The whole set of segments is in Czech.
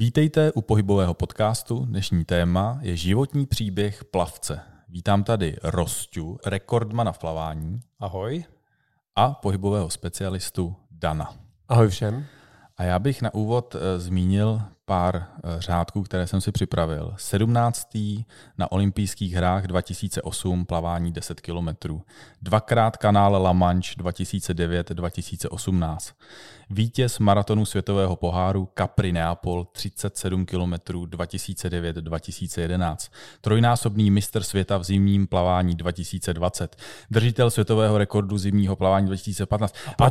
Vítejte u pohybového podcastu. Dnešní téma je životní příběh plavce. Vítám tady Rosťu, rekordmana v plavání. Ahoj. A pohybového specialistu Dana. Ahoj všem. A já bych na úvod zmínil pár řádků, které jsem si připravil. 17. na olympijských hrách 2008 plavání 10 km. Dvakrát kanále La Manche 2009-2018. Vítěz maratonu světového poháru Capri Neapol 37 km 2009-2011. Trojnásobný mistr světa v zimním plavání 2020. Držitel světového rekordu zimního plavání 2015. A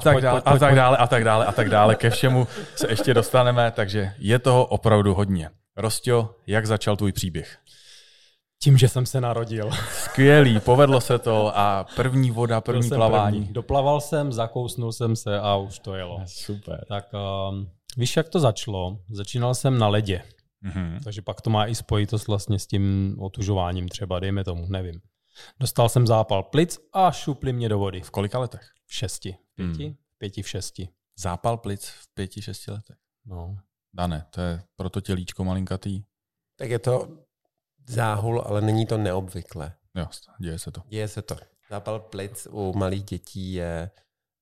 tak dále. Ke všemu se ještě dostaneme, takže je toho opravdu hodně. Rosťo, jak začal tvůj příběh? Tím, že jsem se narodil. Skvělý, povedlo se to a první voda, první plavání. Doplaval jsem, zakousnul jsem se a už to jelo. Super. Tak víš, jak to začalo? Začínal jsem na ledě. Mm-hmm. Takže pak to má i spojitost vlastně s tím otužováním třeba, dejme tomu, nevím. Dostal jsem zápal plic a šupli mě do vody. V kolika letech? V 6. V 6. Zápal plic v 5-6 letech. No. Dane, to je proto tělíčko malinkatý. Tak je to záhul, ale není to neobvyklé. Jo, děje se to. Děje se to. Zápal plic u malých dětí je,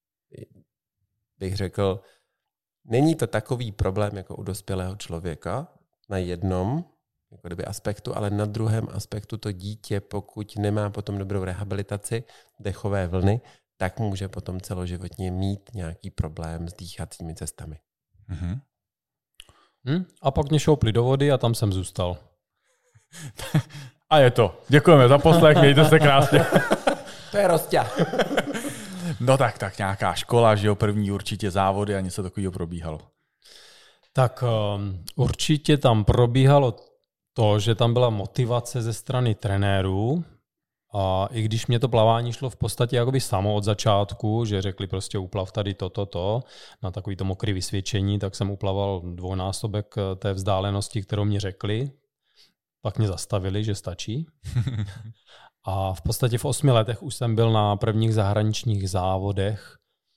bych řekl, není to takový problém jako u dospělého člověka na jednom jako kdyby aspektu, ale na druhém aspektu to dítě, pokud nemá potom dobrou rehabilitaci dechové vlny, tak může potom celoživotně mít nějaký problém s dýchacími cestami. Mhm. A pak mě šoupli do vody a tam jsem zůstal. A je to. Děkujeme za poslech, mějte se krásně. To je Rosťa. No tak nějaká škola, že jo, první určitě závody a něco takového probíhalo. Tak určitě tam probíhalo to, že tam byla motivace ze strany trenérů. A i když mě to plavání šlo v podstatě jakoby samo od začátku, že řekli prostě uplav tady to, na takový to mokrý vysvědčení, tak jsem uplaval dvojnásobek té vzdálenosti, kterou mě řekli. Pak mě zastavili, že stačí. A v podstatě v 8 letech už jsem byl na prvních zahraničních závodech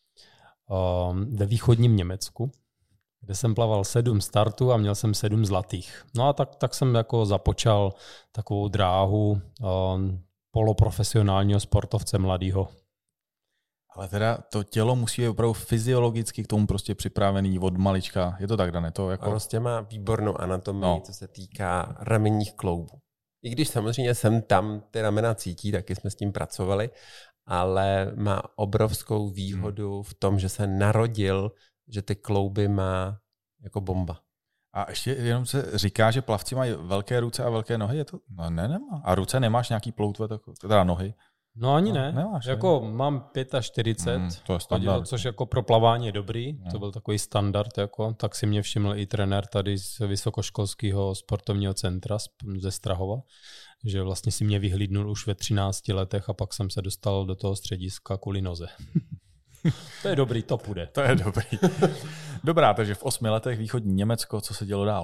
ve východním Německu, kde jsem plaval 7 startů a měl jsem 7 zlatých. No a tak jsem jako započal takovou dráhu poloprofesionálního sportovce mladýho. Ale teda to tělo musí být opravdu fyziologicky k tomu prostě připravený od malička. Je to tak, Dane? To jako... Prostě má výbornou anatomii, co se týká ramenních kloubů. I když samozřejmě jsem tam ty ramena cítí, taky jsme s tím pracovali, ale má obrovskou výhodu v tom, že se narodil, že ty klouby má jako bomba. A ještě jenom se říká, že plavci mají velké ruce a velké nohy, je to? No, nemá. A ruce nemáš nějaký ploutve, teda nohy? No ani ne. Nemáš, jako mám 45, to je standard. Což jako pro plavání je dobrý, to byl takový standard, jako, tak si mě všiml i trenér tady z Vysokoškolského sportovního centra ze Strahova, že vlastně si mě vyhlídnul už ve 13 letech a pak jsem se dostal do toho střediska kvůli noze. To je dobrý, to půjde. To je dobrý. Dobrá, takže v 8 letech východní Německo, co se dělo dál?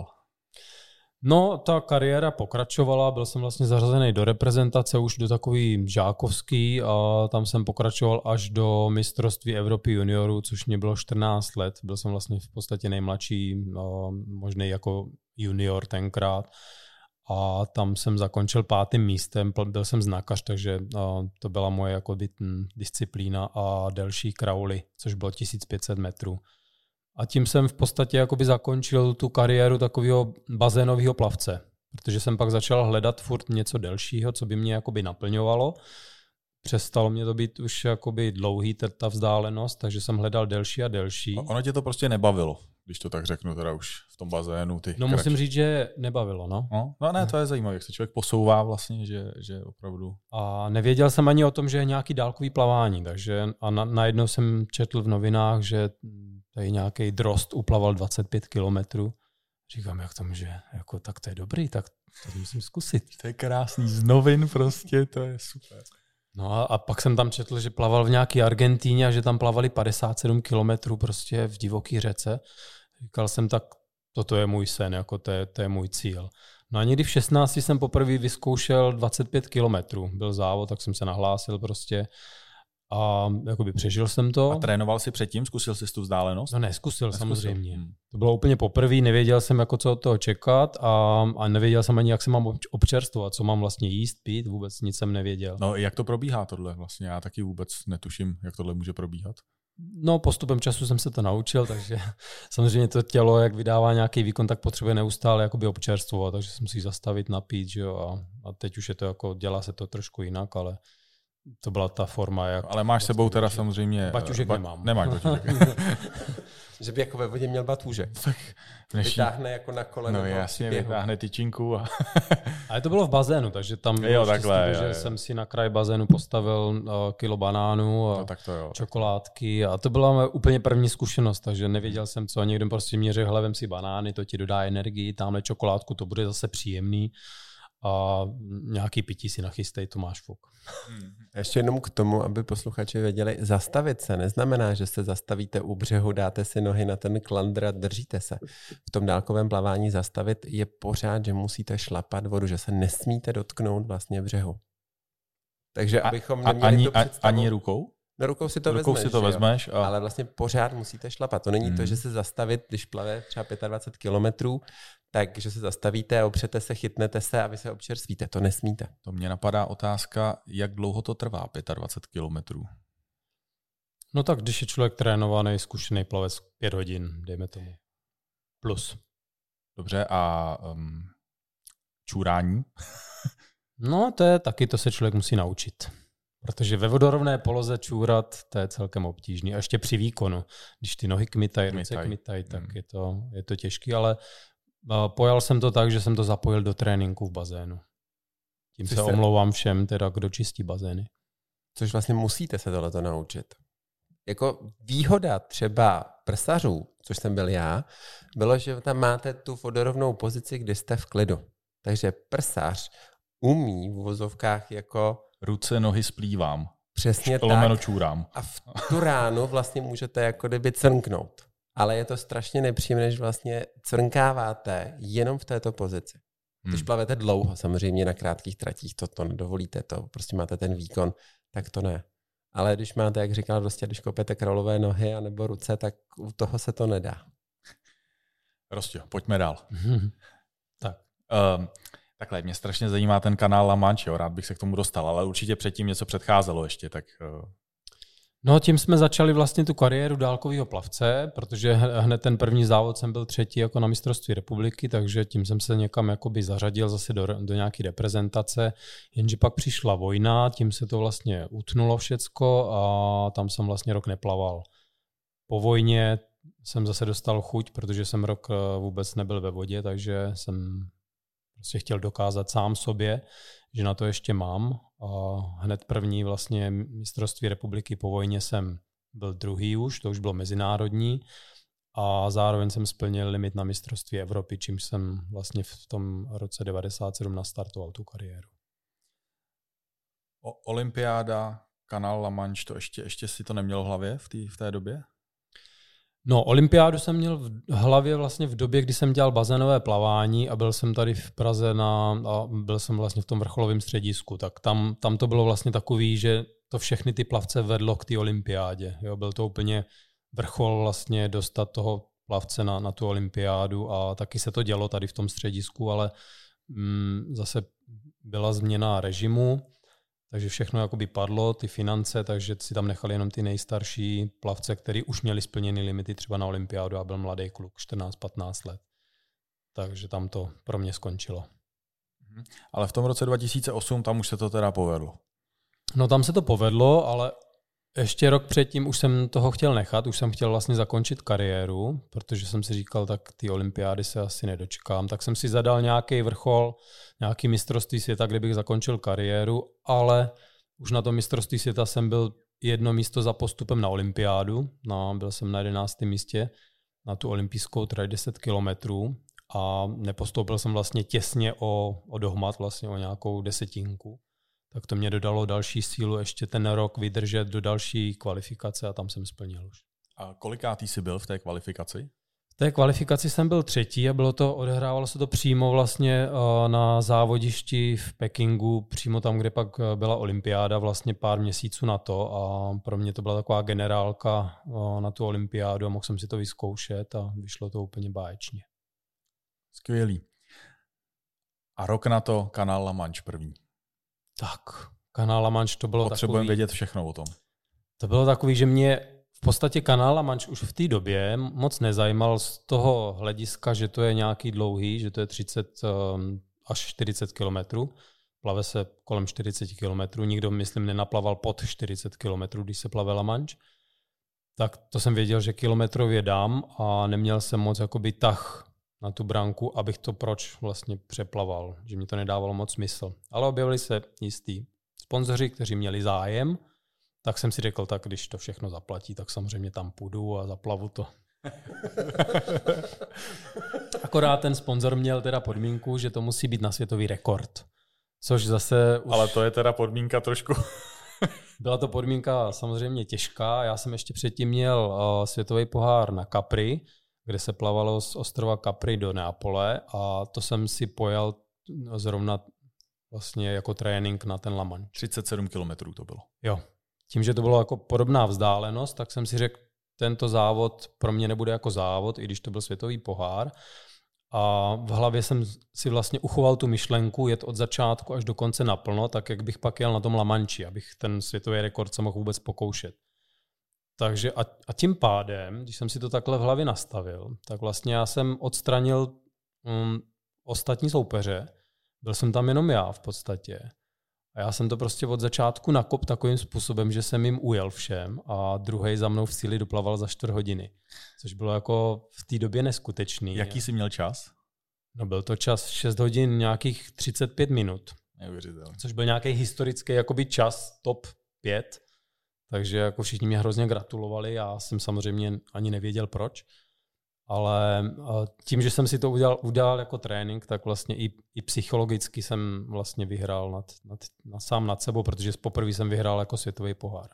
No, ta kariéra pokračovala, byl jsem vlastně zařazený do reprezentace, už do takový žákovský a tam jsem pokračoval až do mistrovství Evropy juniorů, což mě bylo 14 let. Byl jsem vlastně v podstatě nejmladší, možný jako junior tenkrát. A tam jsem zakončil 5. místem, byl jsem znakař, takže to byla moje jako disciplína a delší krauly, což bylo 1500 metrů. A tím jsem v podstatě jakoby zakončil tu kariéru takového bazénového plavce, protože jsem pak začal hledat furt něco delšího, co by mě jakoby naplňovalo. Přestalo mě to být už jakoby dlouhý ta vzdálenost, takže jsem hledal delší a delší. Ono tě to prostě nebavilo, když to tak řeknu teda už v tom bazénu. Musím říct, že nebavilo, no. No ne, to je zajímavé, jak se člověk posouvá vlastně, že opravdu. A nevěděl jsem ani o tom, že je nějaký dálkový plavání, takže a najednou jsem četl v novinách, že tady nějaký drost uplaval 25 kilometrů. Říkám, jak to může, jako, tak to je dobrý, tak to musím zkusit. To je krásný z novin prostě, to je super. No a pak jsem tam četl, že plaval v nějaké Argentíně a že tam plavali 57 kilometrů prostě v divoký řece. Říkal jsem, tak toto je můj sen, jako to je můj cíl. No a někdy v 16 jsem poprvé vyzkoušel 25 kilometrů. Byl závod, tak jsem se nahlásil prostě A jakoby přežil jsem to. A trénoval jsi předtím? Zkusil jsi tu vzdálenost? No neskusil. Samozřejmě. To bylo úplně poprvé, nevěděl jsem, jako co od toho čekat a nevěděl jsem ani, jak se mám občerstvovat, co mám vlastně jíst, pít, vůbec nic jsem nevěděl. No jak to probíhá tohle vlastně? Já taky vůbec netuším, jak tohle může probíhat. No postupem času jsem se to naučil, takže samozřejmě to tělo, jak vydává nějaký výkon, tak potřebuje neustále jakoby občerstvovat, takže se musí zastavit, napít, že jo, a teď už je to jako, dělá se to trošku jinak, ale to byla ta forma, jak... Ale máš sebou teda samozřejmě... Baťužek nemám. Nemáš baťužek. Že by jako ve vodě měl batůžek. Vytáhne jako na koleno. No jasně, vytáhne tyčinku. Ale to bylo v bazénu, takže tam bylo že jsem si na kraj bazénu postavil kilo banánů a čokoládky a to byla úplně první zkušenost, takže nevěděl jsem co. Někdo prostě mě řekl, vem si banány, to ti dodá energii, tamhle čokoládku, to bude zase příjemný. A nějaký pití si nachystej, to máš fuk. Ještě jenom k tomu, aby posluchači věděli, zastavit se neznamená, že se zastavíte u břehu, dáte si nohy na ten klandr a držíte se. V tom dálkovém plavání zastavit je pořád, že musíte šlapat vodu, že se nesmíte dotknout vlastně břehu. Takže abychom neměli tu představu... Ani rukou? No rukou si to vezmeš, ale vlastně pořád musíte šlapat. To není to, že se zastavit, když plave třeba 25 kilometrů, takže se zastavíte, opřete se, chytnete se a vy se občerstvíte. To nesmíte. To mě napadá otázka, jak dlouho to trvá 25 kilometrů? No tak, když je člověk trénovaný, zkušený plavec 5 hodin, dejme tomu. Plus. Dobře, a čůrání? No to je taky, to se člověk musí naučit. Protože ve vodorovné poloze čůrat, to je celkem obtížný. A ještě při výkonu, když ty nohy kmitají, ruce kmitají, tak je to těžký, ale pojal jsem to tak, že jsem to zapojil do tréninku v bazénu. Tím se omlouvám všem, teda, kdo čistí bazény. Což vlastně musíte se tohleto naučit. Jako výhoda třeba prsařů, což jsem byl já, bylo, že tam máte tu vodorovnou pozici, kdy jste v klidu. Takže prsař umí v uvozovkách jako... Ruce, nohy splývám. Přesně tak. Čůrám. A v tu ránu vlastně můžete jako kdyby crnknout. Ale je to strašně nepříjemné, že vlastně crnkáváte jenom v této pozici. Když plavete dlouho, samozřejmě na krátkých tratích, to nedovolíte, to prostě máte ten výkon, tak to ne. Ale když máte, jak říkal, prostě, když kopete králové nohy anebo ruce, tak u toho se to nedá. Prostě, pojďme dál. Tak. Takhle, mě strašně zajímá ten kanál La Manche, jo, rád bych se k tomu dostal, ale určitě předtím něco předcházelo ještě, tak... No tím jsme začali vlastně tu kariéru dálkového plavce, protože hned ten první závod jsem byl 3. jako na mistrovství republiky, takže tím jsem se někam jakoby zařadil zase do nějaké reprezentace, jenže pak přišla vojna, tím se to vlastně utnulo všecko a tam jsem vlastně rok neplaval. Po vojně jsem zase dostal chuť, protože jsem rok vůbec nebyl ve vodě, takže jsem prostě chtěl dokázat sám sobě, že na to ještě mám. A hned první vlastně mistrovství republiky po vojně jsem byl 2. už, to už bylo mezinárodní a zároveň jsem splnil limit na mistrovství Evropy, čímž jsem vlastně v tom roce 97 nastartoval tu kariéru. Olympiáda, kanál La Manche, to ještě si to nemělo v hlavě v té době? No, olympiádu jsem měl v hlavě vlastně v době, kdy jsem dělal bazénové plavání a byl jsem tady v Praze a byl jsem vlastně v tom vrcholovém středisku, tak tam to bylo vlastně takový, že to všechny ty plavce vedlo k té olympiádě. Jo, byl to úplně vrchol vlastně dostat toho plavce na tu olympiádu a taky se to dělo tady v tom středisku, ale zase byla změna režimu, takže všechno jakoby padlo, ty finance, takže si tam nechali jenom ty nejstarší plavce, který už měli splněny limity třeba na olympiádu a byl mladý kluk, 14-15 let. Takže tam to pro mě skončilo. Ale v tom roce 2008 tam už se to teda povedlo. No tam se to povedlo, ale ještě rok předtím už jsem toho chtěl nechat, už jsem chtěl vlastně zakončit kariéru, protože jsem si říkal, tak ty olympiády se asi nedočkám, tak jsem si zadal nějaký vrchol, nějaký mistrovství světa, kde bych zakončil kariéru, ale už na tom mistrovství světa jsem byl 1 místo za postupem na olympiádu, byl jsem na 11. místě na tu olympijskou trať 10 kilometrů a nepostoupil jsem vlastně těsně o dohmat, vlastně o nějakou desetinku. Tak to mě dodalo další sílu ještě ten rok vydržet do další kvalifikace a tam jsem splnil už. A kolikátý jsi byl v té kvalifikaci? V té kvalifikaci jsem byl 3. a odehrávalo se to přímo vlastně na závodišti v Pekingu, přímo tam, kde pak byla olympiáda, vlastně pár měsíců na to a pro mě to byla taková generálka na tu olympiádu a mohl jsem si to vyzkoušet a vyšlo to úplně báječně. Skvělý. A rok na to kanál La Manche první. Tak, kanál La Manche to bylo Potřebujeme vědět všechno o tom. To bylo takový, že mě v podstatě kanál La Manche už v té době moc nezajímal z toho hlediska, že to je nějaký dlouhý, že to je 30 až 40 kilometrů. Plave se kolem 40 kilometrů. Nikdo, myslím, nenaplaval pod 40 kilometrů, když se plave La Manche. Tak to jsem věděl, že kilometrově dám a neměl jsem moc jakoby tah na tu branku, abych to proč vlastně přeplaval, že mi to nedávalo moc smysl. Ale objevili se jistý sponzoři, kteří měli zájem, tak jsem si řekl, tak když to všechno zaplatí, tak samozřejmě tam půjdu a zaplavu to. Akorát ten sponzor měl teda podmínku, že to musí být na světový rekord. Což zase už... Ale to je teda podmínka trošku... Byla to podmínka samozřejmě těžká. Já jsem ještě předtím měl světový pohár na Capri, kde se plavalo z ostrova Capri do Neapole a to jsem si pojel zrovna vlastně jako trénink na ten La Manche. 37 kilometrů to bylo. Jo. Tím, že to bylo jako podobná vzdálenost, tak jsem si řekl, tento závod pro mě nebude jako závod, i když to byl světový pohár. A v hlavě jsem si vlastně uchoval tu myšlenku jet od začátku až do konce naplno, tak jak bych pak jel na tom La Manche, abych ten světový rekord se mohl vůbec pokoušet. Takže a tím pádem, když jsem si to takhle v hlavě nastavil, tak vlastně já jsem odstranil ostatní soupeře. Byl jsem tam jenom já v podstatě. A já jsem to prostě od začátku nakop takovým způsobem, že jsem jim ujel všem a druhej za mnou v cíli doplaval za 4 hodiny. Což bylo jako v té době neskutečný. Jaký jsi měl čas? No byl to čas 6 hodin nějakých 35 minut. Neuvěřitelné. Což byl nějaký historický jakoby čas top 5. Takže jako všichni mě hrozně gratulovali. Já jsem samozřejmě ani nevěděl proč. Ale tím, že jsem si to udělal jako trénink, tak vlastně i psychologicky jsem vlastně vyhrál sám nad sebou, protože poprvé jsem vyhrál jako světový pohár.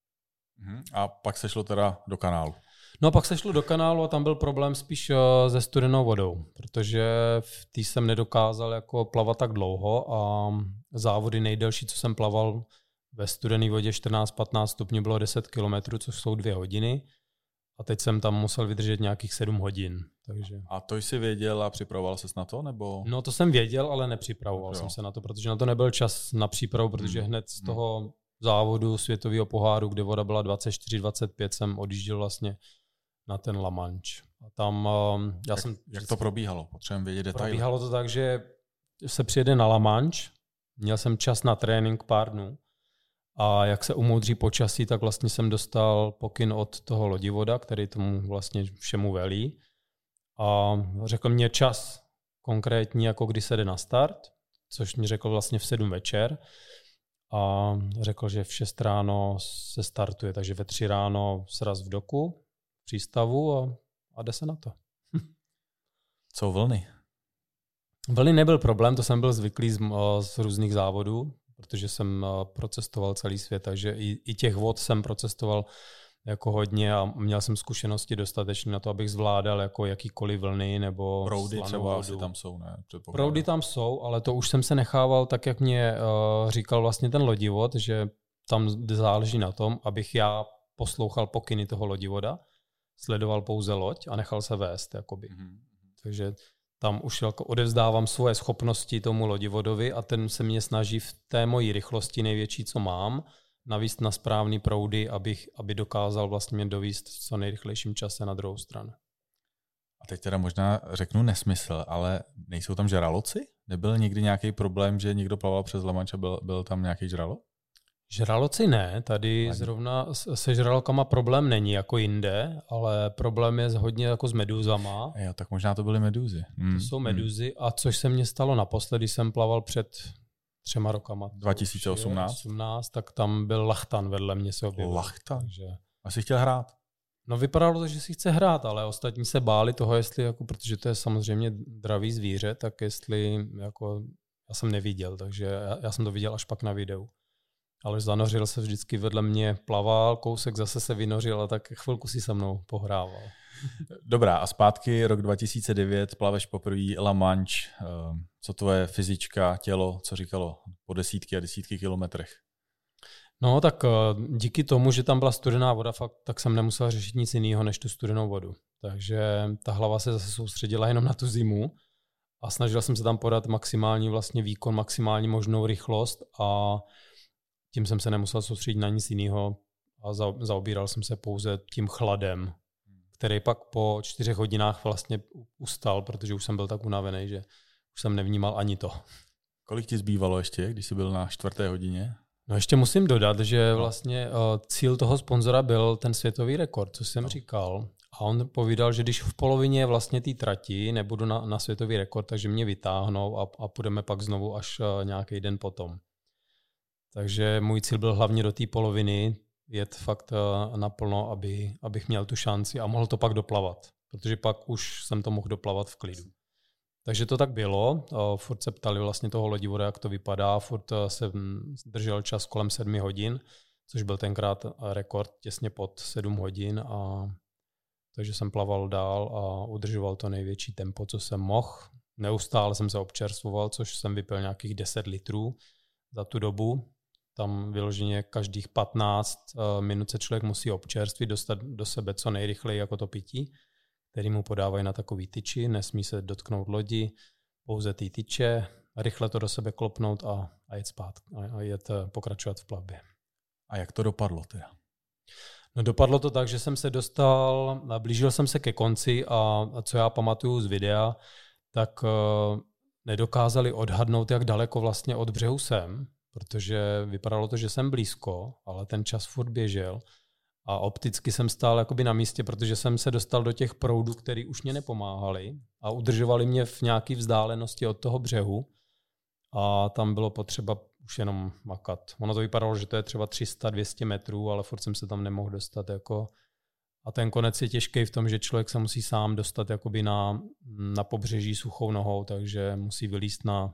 A pak se šlo teda do kanálu. No a pak se šlo do kanálu a tam byl problém spíš se studenou vodou, protože v té jsem nedokázal jako plavat tak dlouho a závody nejdelší, co jsem plaval ve studené vodě 14-15 stupňů, bylo 10 kilometrů, což jsou 2 hodiny. A teď jsem tam musel vydržet nějakých 7 hodin. Takže. A to jsi věděl a připravoval ses na to? Nebo? No to jsem věděl, ale nepřipravoval jsem se na to, protože na to nebyl čas na přípravu, protože hned z toho závodu světového poháru, kde voda byla 24-25, jsem odjížděl vlastně na ten La Manche. A tam Jak to probíhalo? Potřebujeme vědět detaily. Probíhalo to tak, že se přijede na La Manche, měl jsem čas na trénink pár dnů, a jak se umoudří počasí, tak vlastně jsem dostal pokyn od toho lodivoda, který tomu vlastně všemu velí. A řekl mě čas konkrétní, jako kdy se jde na start, což mi řekl vlastně v 7 večer. A řekl, že v 6 ráno se startuje, takže ve 3 ráno sraz v doku, v přístavu a jde se na to. Co vlny? Vlny nebyl problém, to jsem byl zvyklý z různých závodů, protože jsem procestoval celý svět, takže i těch vod jsem procestoval jako hodně a měl jsem zkušenosti dostatečně na to, abych zvládal jako jakýkoliv vlny nebo proudy třeba asi tam jsou, ne? Proudy tam jsou, ale to už jsem se nechával tak, jak mě říkal vlastně ten lodivod, že tam záleží na tom, abych já poslouchal pokyny toho lodivoda, sledoval pouze loď a nechal se vést. Jakoby. Takže tam už jako odevzdávám svoje schopnosti tomu lodivodovi a ten se mě snaží v té mojí rychlosti největší, co mám, navíst na správný proudy, aby dokázal vlastně mě dovíst v co nejrychlejším čase na druhou stranu. A teď teda možná řeknu nesmysl, ale nejsou tam žraloci? Nebyl nikdy nějaký problém, že někdo plaval přes La Manche a byl tam nějaký žralok? Žraloci ne, tady zrovna se žralokama problém není jako jinde, ale problém je hodně jako s medúzama. Jo, tak možná to byly medúzy. To jsou medúzy a což se mně stalo naposledy, jsem plaval před 3 rokama. 2018? Tak tam byl lachtan vedle mě se objevil. Lachtan? Takže... A jsi chtěl hrát? No vypadalo to, že si chce hrát, ale ostatní se báli toho, jestli, jako, protože to je samozřejmě dravý zvíře, tak jestli, jako, já jsem neviděl, takže já jsem to viděl až pak na videu. Ale zanořil se vždycky vedle mě, plaval, kousek zase se vynořil a tak chvilku si se mnou pohrával. Dobrá, a zpátky rok 2009, plaveš poprvé La Manche. Co tvoje fyzička, tělo, co říkalo po desítky a desítky kilometrech? No tak díky tomu, že tam byla studená voda, tak jsem nemusel řešit nic jiného než tu studenou vodu. Takže ta hlava se zase soustředila jenom na tu zimu a snažil jsem se tam podat maximální vlastně výkon, maximální možnou rychlost a tím jsem se nemusel soustředit na nic jiného a zaobíral jsem se pouze tím chladem, který pak po 4 hodinách vlastně ustal, protože už jsem byl tak unavený, že už jsem nevnímal ani to. Kolik ti zbývalo ještě, když jsi byl na 4. hodině? No ještě musím dodat, že vlastně cíl toho sponzora byl ten světový rekord, co jsem říkal. A on povídal, že když v polovině vlastně té trati nebudu na světový rekord, takže mě vytáhnou a půjdeme pak znovu až nějaký den potom. Takže můj cíl byl hlavně do té poloviny jet fakt naplno, abych měl tu šanci a mohl to pak doplavat. Protože pak už jsem to mohl doplavat v klidu. Takže to tak bylo. Furt se ptali vlastně toho lodivoda, jak to vypadá. Furt se držel čas kolem 7 hodin, což byl tenkrát rekord těsně pod 7 hodin. Takže jsem plaval dál a udržoval to největší tempo, co jsem mohl. Neustále jsem se občerstvoval, což jsem vypil nějakých 10 litrů za tu dobu. Tam vyloženě každých 15 minut se člověk musí občerstvit, dostat do sebe co nejrychleji jako to pití, který mu podávají na takový tyči, nesmí se dotknout lodi, pouze ty tyče, rychle to do sebe klopnout a jet zpátky a jet pokračovat v plavbě. A jak to dopadlo teda? No dopadlo to tak, že jsem se dostal, blížil jsem se ke konci a co já pamatuju z videa, tak nedokázali odhadnout, jak daleko vlastně od břehu jsem, protože vypadalo to, že jsem blízko, ale ten čas furt běžel. A opticky jsem stál jakoby na místě, protože jsem se dostal do těch proudů, které už mě nepomáhaly a udržovali mě v nějaké vzdálenosti od toho břehu. A tam bylo potřeba už jenom makat. Ono to vypadalo, že to je třeba 300-200 metrů, ale furt jsem se tam nemohl dostat. A ten konec je těžký v tom, že člověk se musí sám dostat jakoby na pobřeží suchou nohou, takže musí vylízt na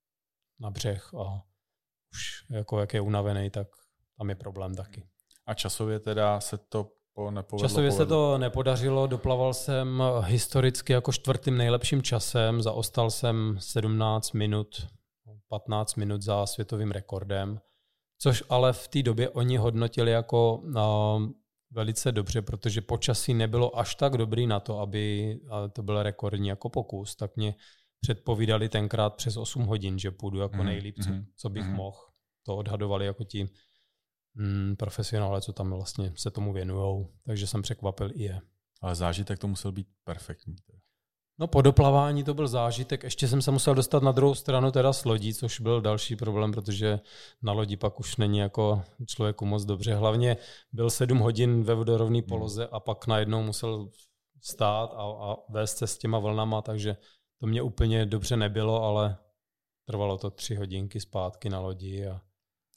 břeh a už jak je unavený, tak tam je problém taky. A časově teda se to nepovedlo? Časově se to nepodařilo, doplaval jsem historicky jako 4. nejlepším časem, zaostal jsem 17 minut, 15 minut za světovým rekordem, což ale v té době oni hodnotili jako velice dobře, protože počasí nebylo až tak dobrý na to, aby to byl rekordní jako pokus, tak mě předpovídali tenkrát přes 8 hodin, že půjdu jako nejlíp, co bych mohl. To odhadovali jako ti profesionále, co tam vlastně se tomu věnujou, takže jsem překvapil i je. Ale zážitek to musel být perfektní. No po doplavání to byl zážitek, ještě jsem se musel dostat na druhou stranu teda s lodí, což byl další problém, protože na lodi pak už není jako člověku moc dobře. Hlavně byl 7 hodin ve vodorovné poloze a pak najednou musel stát a vést se s těma vlnama, takže to mě úplně dobře nebylo, ale trvalo to 3 hodinky zpátky na lodi a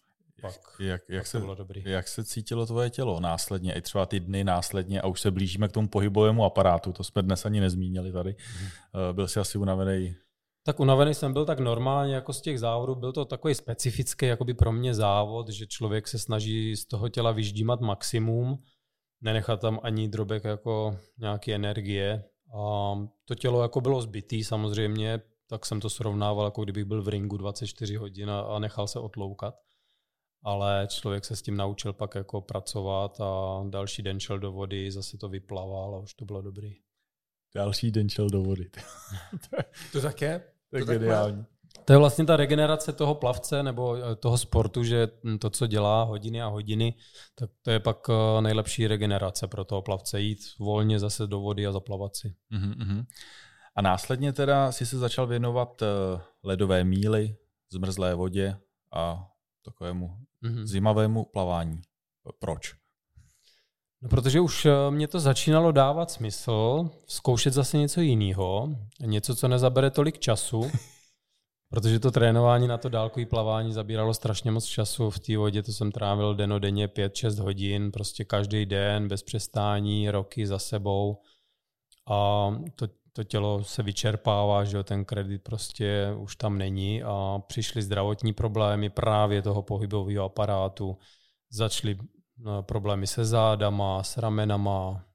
jak se cítilo tvoje tělo následně, i třeba ty dny následně a už se blížíme k tomu pohybovému aparátu, to jsme dnes ani nezmínili tady. Byl jsi asi unavený? Tak unavený jsem byl tak normálně jako z těch závodů, byl to takový specifický jakoby pro mě závod, že člověk se snaží z toho těla vyždímat maximum, nenechat tam ani drobek jako nějaké energie a to tělo jako bylo zbytý samozřejmě, tak jsem to srovnával, jako kdybych byl v ringu 24 hodin a nechal se otloukat. Ale člověk se s tím naučil pak jako pracovat a další den šel do vody, zase to vyplaval a už to bylo dobrý. Další den šel do vody. To tak je? Tak ideální. To je vlastně ta regenerace toho plavce nebo toho sportu, že to, co dělá hodiny a hodiny, tak to je pak nejlepší regenerace pro toho plavce. Jít volně zase do vody a zaplavat si. A následně teda si se začal věnovat ledové míli, zmrzlé vodě a takovému zimavému plavání. Proč? No, protože už mě to začínalo dávat smysl, zkoušet zase něco jiného, něco, co nezabere tolik času, protože to trénování na to dálkové plavání zabíralo strašně moc času. V té vodě to jsem trávil dennodenně 5-6 hodin, prostě každý den, bez přestání, roky za sebou. A to tělo se vyčerpává, že ten kredit prostě už tam není a přišly zdravotní problémy právě toho pohybového aparátu. Začaly problémy se zádama, s ramenama,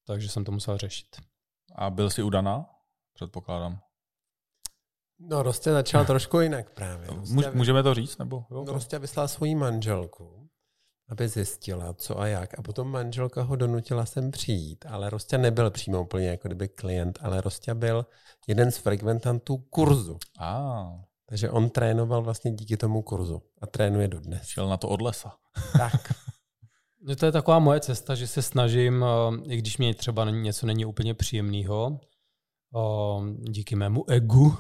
takže jsem to musel řešit. A byl jsi udaná? Předpokládám. No, Rostě začal trošku jinak právě. Můžeme to říct? Nebo? Rostě vyslal svoji manželku, aby zjistila, co a jak. A potom manželka ho donutila sem přijít, ale Rostě nebyl přímo úplně jako kdyby klient, ale Rostě byl jeden z frekventantů kurzu. Takže on trénoval vlastně díky tomu kurzu a trénuje dodnes. Šel na to od lesa. Tak. To je taková moje cesta, že se snažím, i když mě třeba něco není úplně příjemného, díky mému egu,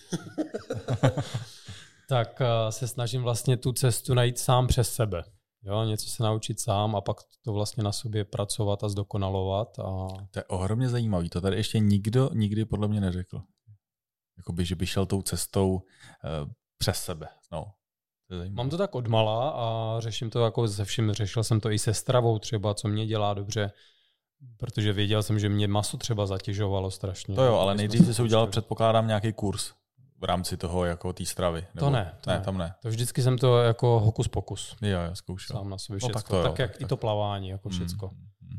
tak se snažím vlastně tu cestu najít sám přes sebe. Jo, něco se naučit sám a pak to vlastně na sobě pracovat a zdokonalovat. A... To je ohromně zajímavý. To tady ještě nikdo nikdy podle mě neřekl. Jakoby, že by šel tou cestou přes sebe. No. Mám to tak odmala a řeším to jako se vším. Řešil jsem to i se stravou třeba, co mě dělá dobře, protože věděl jsem, že mě maso třeba zatěžovalo strašně. To jo, ale nejdřív si udělal, předpokládám, nějaký kurz v rámci toho, jako té stravy. Nebo... To ne. Tam ne. To vždycky jsem to jako hokus pokus. Jo, zkoušel. Sám na sobě všecko. No, tak to jo, tak jak i to plavání, jako všecko.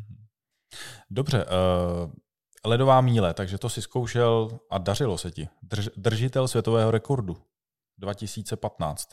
Dobře, ledová míle, takže to si zkoušel a dařilo se ti. Držitel světového rekordu 2015.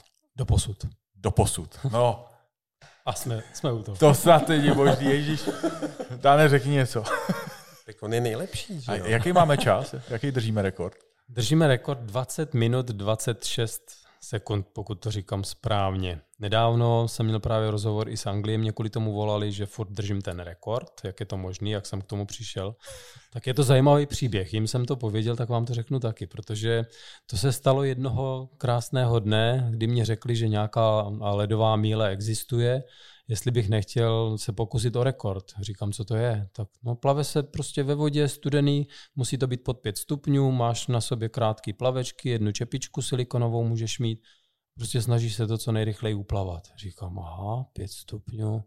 Doposud. No. A jsme u toho. To snad není možný, ježíš. Dáne, řekni něco. Tak on je nejlepší, že jo? A jaký máme čas? Jaký držíme rekord? Držíme rekord 20 minut 26 sekund, pokud to říkám správně. Nedávno jsem měl právě rozhovor i s Anglií, mě kvůli tomu volali, že furt držím ten rekord, jak je to možný, jak jsem k tomu přišel. Tak je to zajímavý příběh, jim jsem to pověděl, tak vám to řeknu taky, protože to se stalo jednoho krásného dne, kdy mě řekli, že nějaká ledová míle existuje, jestli bych nechtěl se pokusit o rekord. Říkám, co to je? Tak no, plave se prostě ve vodě, studený, musí to být pod 5 stupňů, máš na sobě krátké plavečky, jednu čepičku silikonovou můžeš mít, prostě snažíš se to co nejrychleji uplavat. Říkám, 5 stupňů.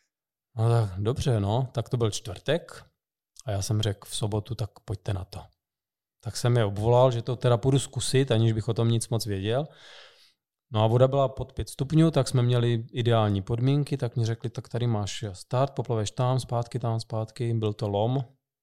No tak dobře, no, tak to byl čtvrtek a já jsem řekl v sobotu, tak pojďte na to. Tak jsem je obvolal, že to teda půjdu zkusit, aniž bych o tom nic moc věděl. No a voda byla pod 5 stupňů, tak jsme měli ideální podmínky, tak mi řekli, tak tady máš start, poplaveš tam, zpátky, byl to lom.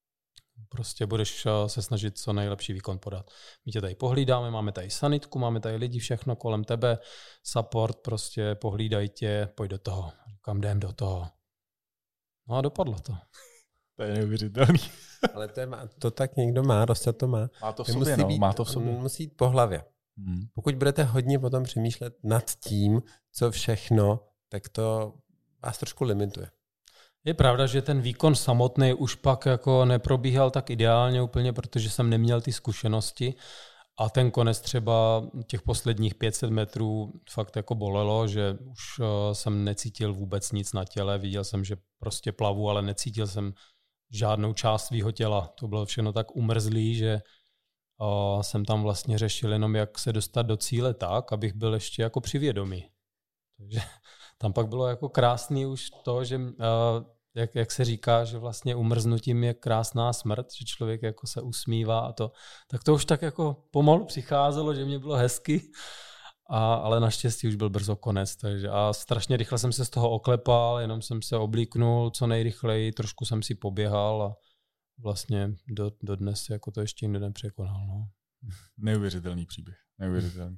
Prostě budeš se snažit co nejlepší výkon podat. My tě tady pohlídáme, máme tady sanitku, máme tady lidi, všechno kolem tebe, support, prostě pohlídají tě, pojď do toho. Říkám, jdem do toho. No a dopadlo to. To je neuvěřitelný. Ale to tak někdo má, Rosta to má. Má to v sobě, no, má to v sobě. Musí jít po hlavě. Pokud budete hodně potom přemýšlet nad tím, co všechno, tak to vás trošku limituje. Je pravda, že ten výkon samotný už pak jako neprobíhal tak ideálně úplně, protože jsem neměl ty zkušenosti a ten konec třeba těch posledních 500 metrů fakt jako bolelo, že už jsem necítil vůbec nic na těle, viděl jsem, že prostě plavu, ale necítil jsem žádnou část svého těla. To bylo všechno tak umrzlý, že jsem tam vlastně řešil jenom, jak se dostat do cíle tak, abych byl ještě jako při vědomí. Takže tam pak bylo jako krásný už to, že jak se říká, že vlastně umrznutím je krásná smrt, že člověk jako se usmívá a to, tak to už tak jako pomalu přicházelo, že mě bylo hezky, ale naštěstí už byl brzo konec. Takže a strašně rychle jsem se z toho oklepal, jenom jsem se oblíknul co nejrychleji, trošku jsem si poběhal a vlastně do dnes jako to ještě nikdo nepřekonal. No. Neuvěřitelný příběh. Neuvěřitelný.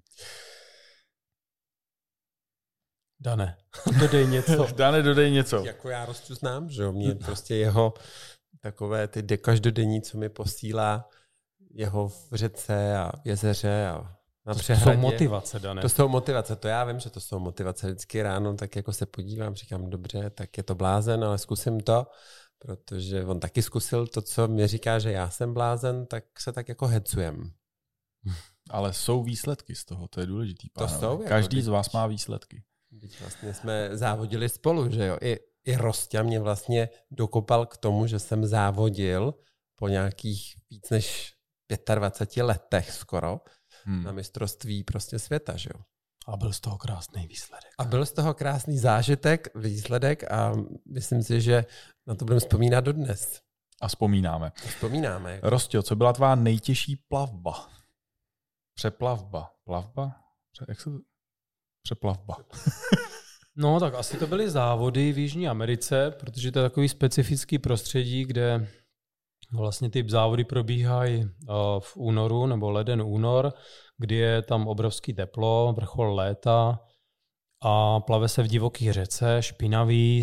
Dane, dodej něco. Dane, dodej něco. Jako já Rostu znám, že jo, mě prostě jeho takové ty každodenní, co mi posílá jeho v řece a v jezeře a na přehradě. To jsou motivace, Dane. To jsou motivace, to já vím, že to jsou motivace. Vždycky ráno tak jako se podívám, říkám, dobře, tak je to blázen, ale zkusím to, protože on taky zkusil to, co mě říká, že já jsem blázen, tak se tak jako hecujem. Ale jsou výsledky z toho, to je důležitý. To jsou, každý z vás má výsledky. Teď vlastně jsme závodili spolu, že jo. I Rostě mě vlastně dokopal k tomu, že jsem závodil po nějakých víc než 25 letech skoro na mistrovství prostě světa, že jo. A byl z toho krásný výsledek. A byl z toho krásný výsledek a myslím si, že na to budeme vzpomínat dodnes. A vzpomínáme. Vzpomínáme. Rostě, co byla tvá nejtěžší plavba? Přeplavba. Plavba? Jak se to... Přeplavba. No tak asi to byly závody v Jižní Americe, protože to je takový specifický prostředí, kde Vlastně ty závody probíhají v únoru nebo leden, únor, kdy je tam obrovský teplo, vrchol léta a plave se v divoký řece, špinavý,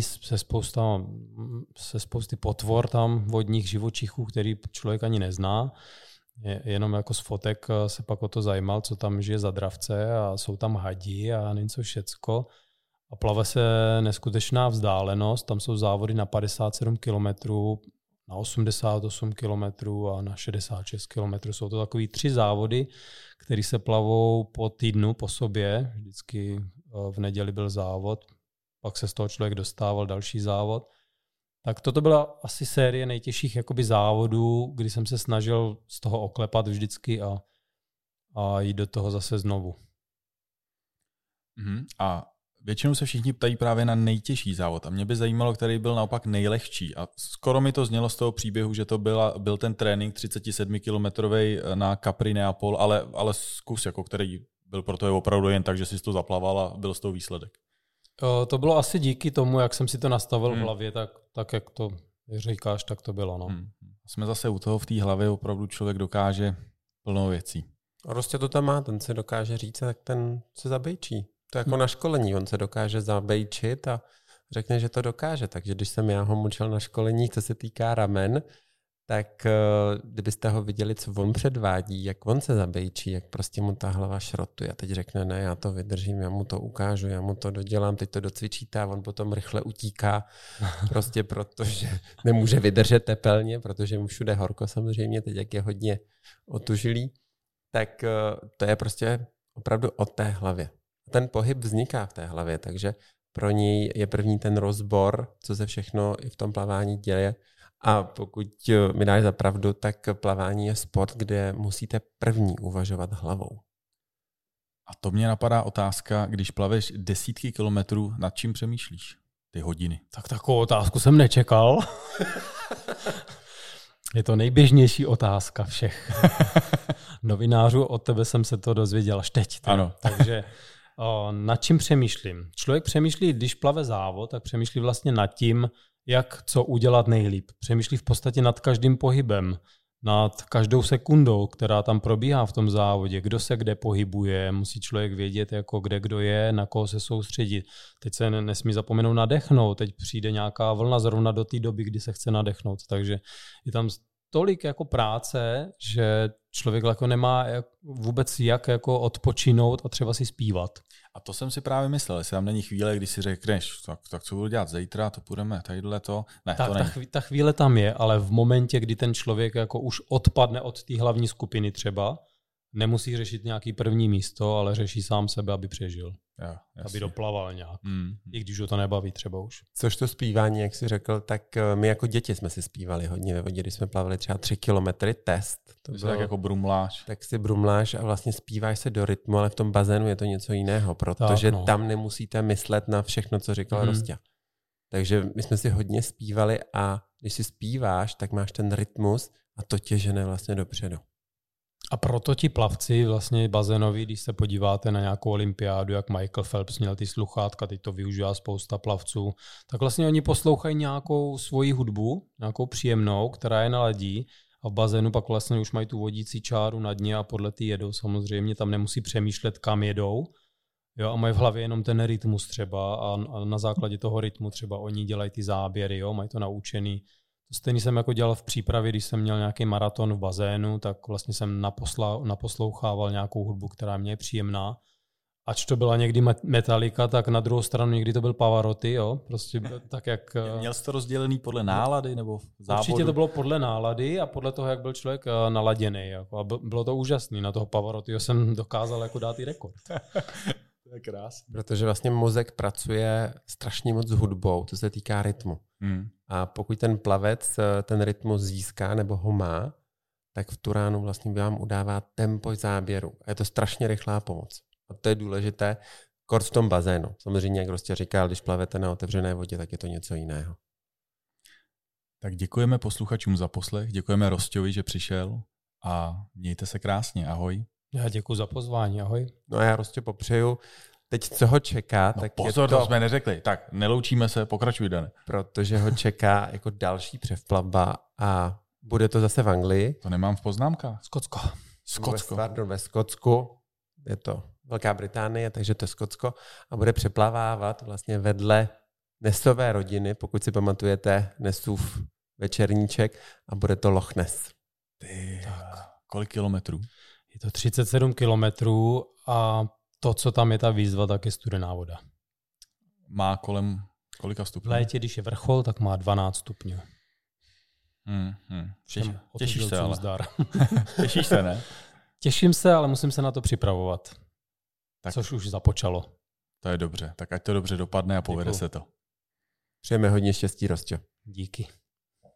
se spousty potvor tam, vodních živočichů, který člověk ani nezná. Jenom jako z fotek se pak o to zajímal, co tam žije za dravce a jsou tam hadi a něco všecko. A plave se neskutečná vzdálenost, tam jsou závody na 57 kilometrů, na 88 kilometrů a na 66 kilometrů. Jsou to takový 3 závody, které se plavou po týdnu po sobě. Vždycky v neděli byl závod, pak se z toho člověk dostával další závod. Tak toto byla asi série nejtěžších jakoby závodů, kdy jsem se snažil z toho oklepat vždycky a jít do toho zase znovu. A většinou se všichni ptají právě na nejtěžší závod a mě by zajímalo, který byl naopak nejlehčí. A skoro mi to znělo z toho příběhu, že to byl ten trénink 37-kilometrový na Capri Neapol, ale zkus, jako který byl pro to je opravdu jen tak, že jsi to zaplaval a byl z toho výsledek. To bylo asi díky tomu, jak jsem si to nastavil v hlavě, tak jak to říkáš, tak to bylo. No. Jsme zase u toho, v té hlavě opravdu člověk dokáže plnou věcí. A prostě to tam má, ten se dokáže říct, tak ten se zabejčí. To je jako na školení, on se dokáže zabejčit a řekne, že to dokáže. Takže když jsem já ho mučil na školení, co se týká ramen, tak kdybyste ho viděli, co on předvádí, jak on se zabejčí, jak prostě mu ta hlava šrotuje. A teď řekne, ne, já to vydržím, já mu to ukážu, já mu to dodělám, teď to docvičíte a on potom rychle utíká, prostě protože nemůže vydržet tepelně, protože mu všude horko samozřejmě, teď jak je hodně otužilý, tak to je prostě opravdu o té hlavě. Ten pohyb vzniká v té hlavě, takže pro něj je první ten rozbor, co se všechno i v tom plavání děje. A pokud mi dáš za pravdu, tak plavání je sport, kde musíte první uvažovat hlavou. A to mě napadá otázka, když plaveš desítky kilometrů, nad čím přemýšlíš ty hodiny? Tak takovou otázku jsem nečekal. Je to nejběžnější otázka všech novinářů. Od tebe jsem se to dozvěděl až teď. Ano. Takže nad čím přemýšlím? Člověk přemýšlí, když plave závod, tak přemýšlí vlastně nad tím, jak co udělat nejlíp. Přemýšlí v podstatě nad každým pohybem, nad každou sekundou, která tam probíhá v tom závodě, kdo se kde pohybuje, musí člověk vědět, jako kde kdo je, na koho se soustředit. Teď se nesmí zapomenout nadechnout, teď přijde nějaká vlna zrovna do té doby, kdy se chce nadechnout, takže je tam tolik jako práce, že člověk jako nemá vůbec jak jako odpočinout a třeba si zpívat. A to jsem si právě myslel, jestli tam není chvíle, kdy si řekneš, tak co budu dělat zítra, to půjdeme, tadyhle to. Ne, to není. Ta chvíle tam je, ale v momentě, kdy ten člověk jako už odpadne od té hlavní skupiny třeba, nemusí řešit nějaký první místo, ale řeší sám sebe, aby přežil. Jo, aby doplaval nějak. I když ho to nebaví třeba už. Což to zpívání, jak jsi řekl, tak my jako děti jsme si zpívali hodně ve vodě, když jsme plavili třeba 3 kilometry test. To bylo tak jako brumláš. Tak si brumláš a vlastně zpíváš se do rytmu, ale v tom bazénu je to něco jiného, protože tam nemusíte myslet na všechno, co říkal Rostia. Takže my jsme si hodně zpívali a když si zpíváš, tak máš ten rytmus a to tě žene vlastně dopředu. A proto ti plavci vlastně bazénoví, když se podíváte na nějakou olympiádu, jak Michael Phelps měl ty sluchátka, teď to využívá spousta plavců, tak vlastně oni poslouchají nějakou svoji hudbu, nějakou příjemnou, která je naladí a v bazénu pak vlastně už mají tu vodící čáru na dně a podle ty jedou samozřejmě, tam nemusí přemýšlet, kam jedou. Jo, a mají v hlavě jenom ten rytmus třeba a na základě toho rytmu třeba oni dělají ty záběry, jo, mají to naučený. To stejný jsem jako dělal v přípravě, když jsem měl nějaký maraton v bazénu, tak vlastně jsem naposlouchával nějakou hudbu, která mě je příjemná. Ač to byla někdy Metallica, tak na druhou stranu někdy to byl Pavarotti, jo, prostě tak jak... Měl jsi to rozdělený podle nálady nebo závodu? Určitě to bylo podle nálady a podle toho, jak byl člověk naladěný. Jako, a bylo to úžasný, na toho Pavarottiho jsem dokázal jako dát i rekord. To je krásný. Protože vlastně mozek pracuje strašně moc s hudbou, co se týká rytmu. A pokud ten plavec ten rytmus získá nebo ho má, tak v tu ránu vlastně vám udává tempo záběru. A je to strašně rychlá pomoc. A to je důležité, kort v tom bazénu. Samozřejmě, jak Rostě říkal, když plavete na otevřené vodě, tak je to něco jiného. Tak děkujeme posluchačům za poslech, děkujeme Rosťovi, že přišel a mějte se krásně. Ahoj. Já děkuji za pozvání, ahoj. No a já Rostě popřeju. Teď co ho čeká, tak pozor, je to... to jsme neřekli. Tak, neloučíme se, pokračuj, Dane. Protože ho čeká jako další převplavba a Bude to zase v Anglii. To nemám v poznámkách. Skotsko. Ve Skotsku. Je to Velká Británie, takže to je Skotsko. A bude přeplavávat vlastně vedle Nessové rodiny, pokud si pamatujete Nessův večerníček, a bude to Loch Ness. Kolik kilometrů? Je to 37 kilometrů a to, co tam je ta výzva, tak je studená voda. Má kolem kolika stupňů? V létě, když je vrchol, tak má 12 stupňů. Těšíš se, ale. Těšíš se, ne? Těším se, ale musím se na to připravovat. Tak. Což už započalo. To je dobře. Tak ať to dobře dopadne a povede se to. Přejeme hodně štěstí, Rostě. Díky.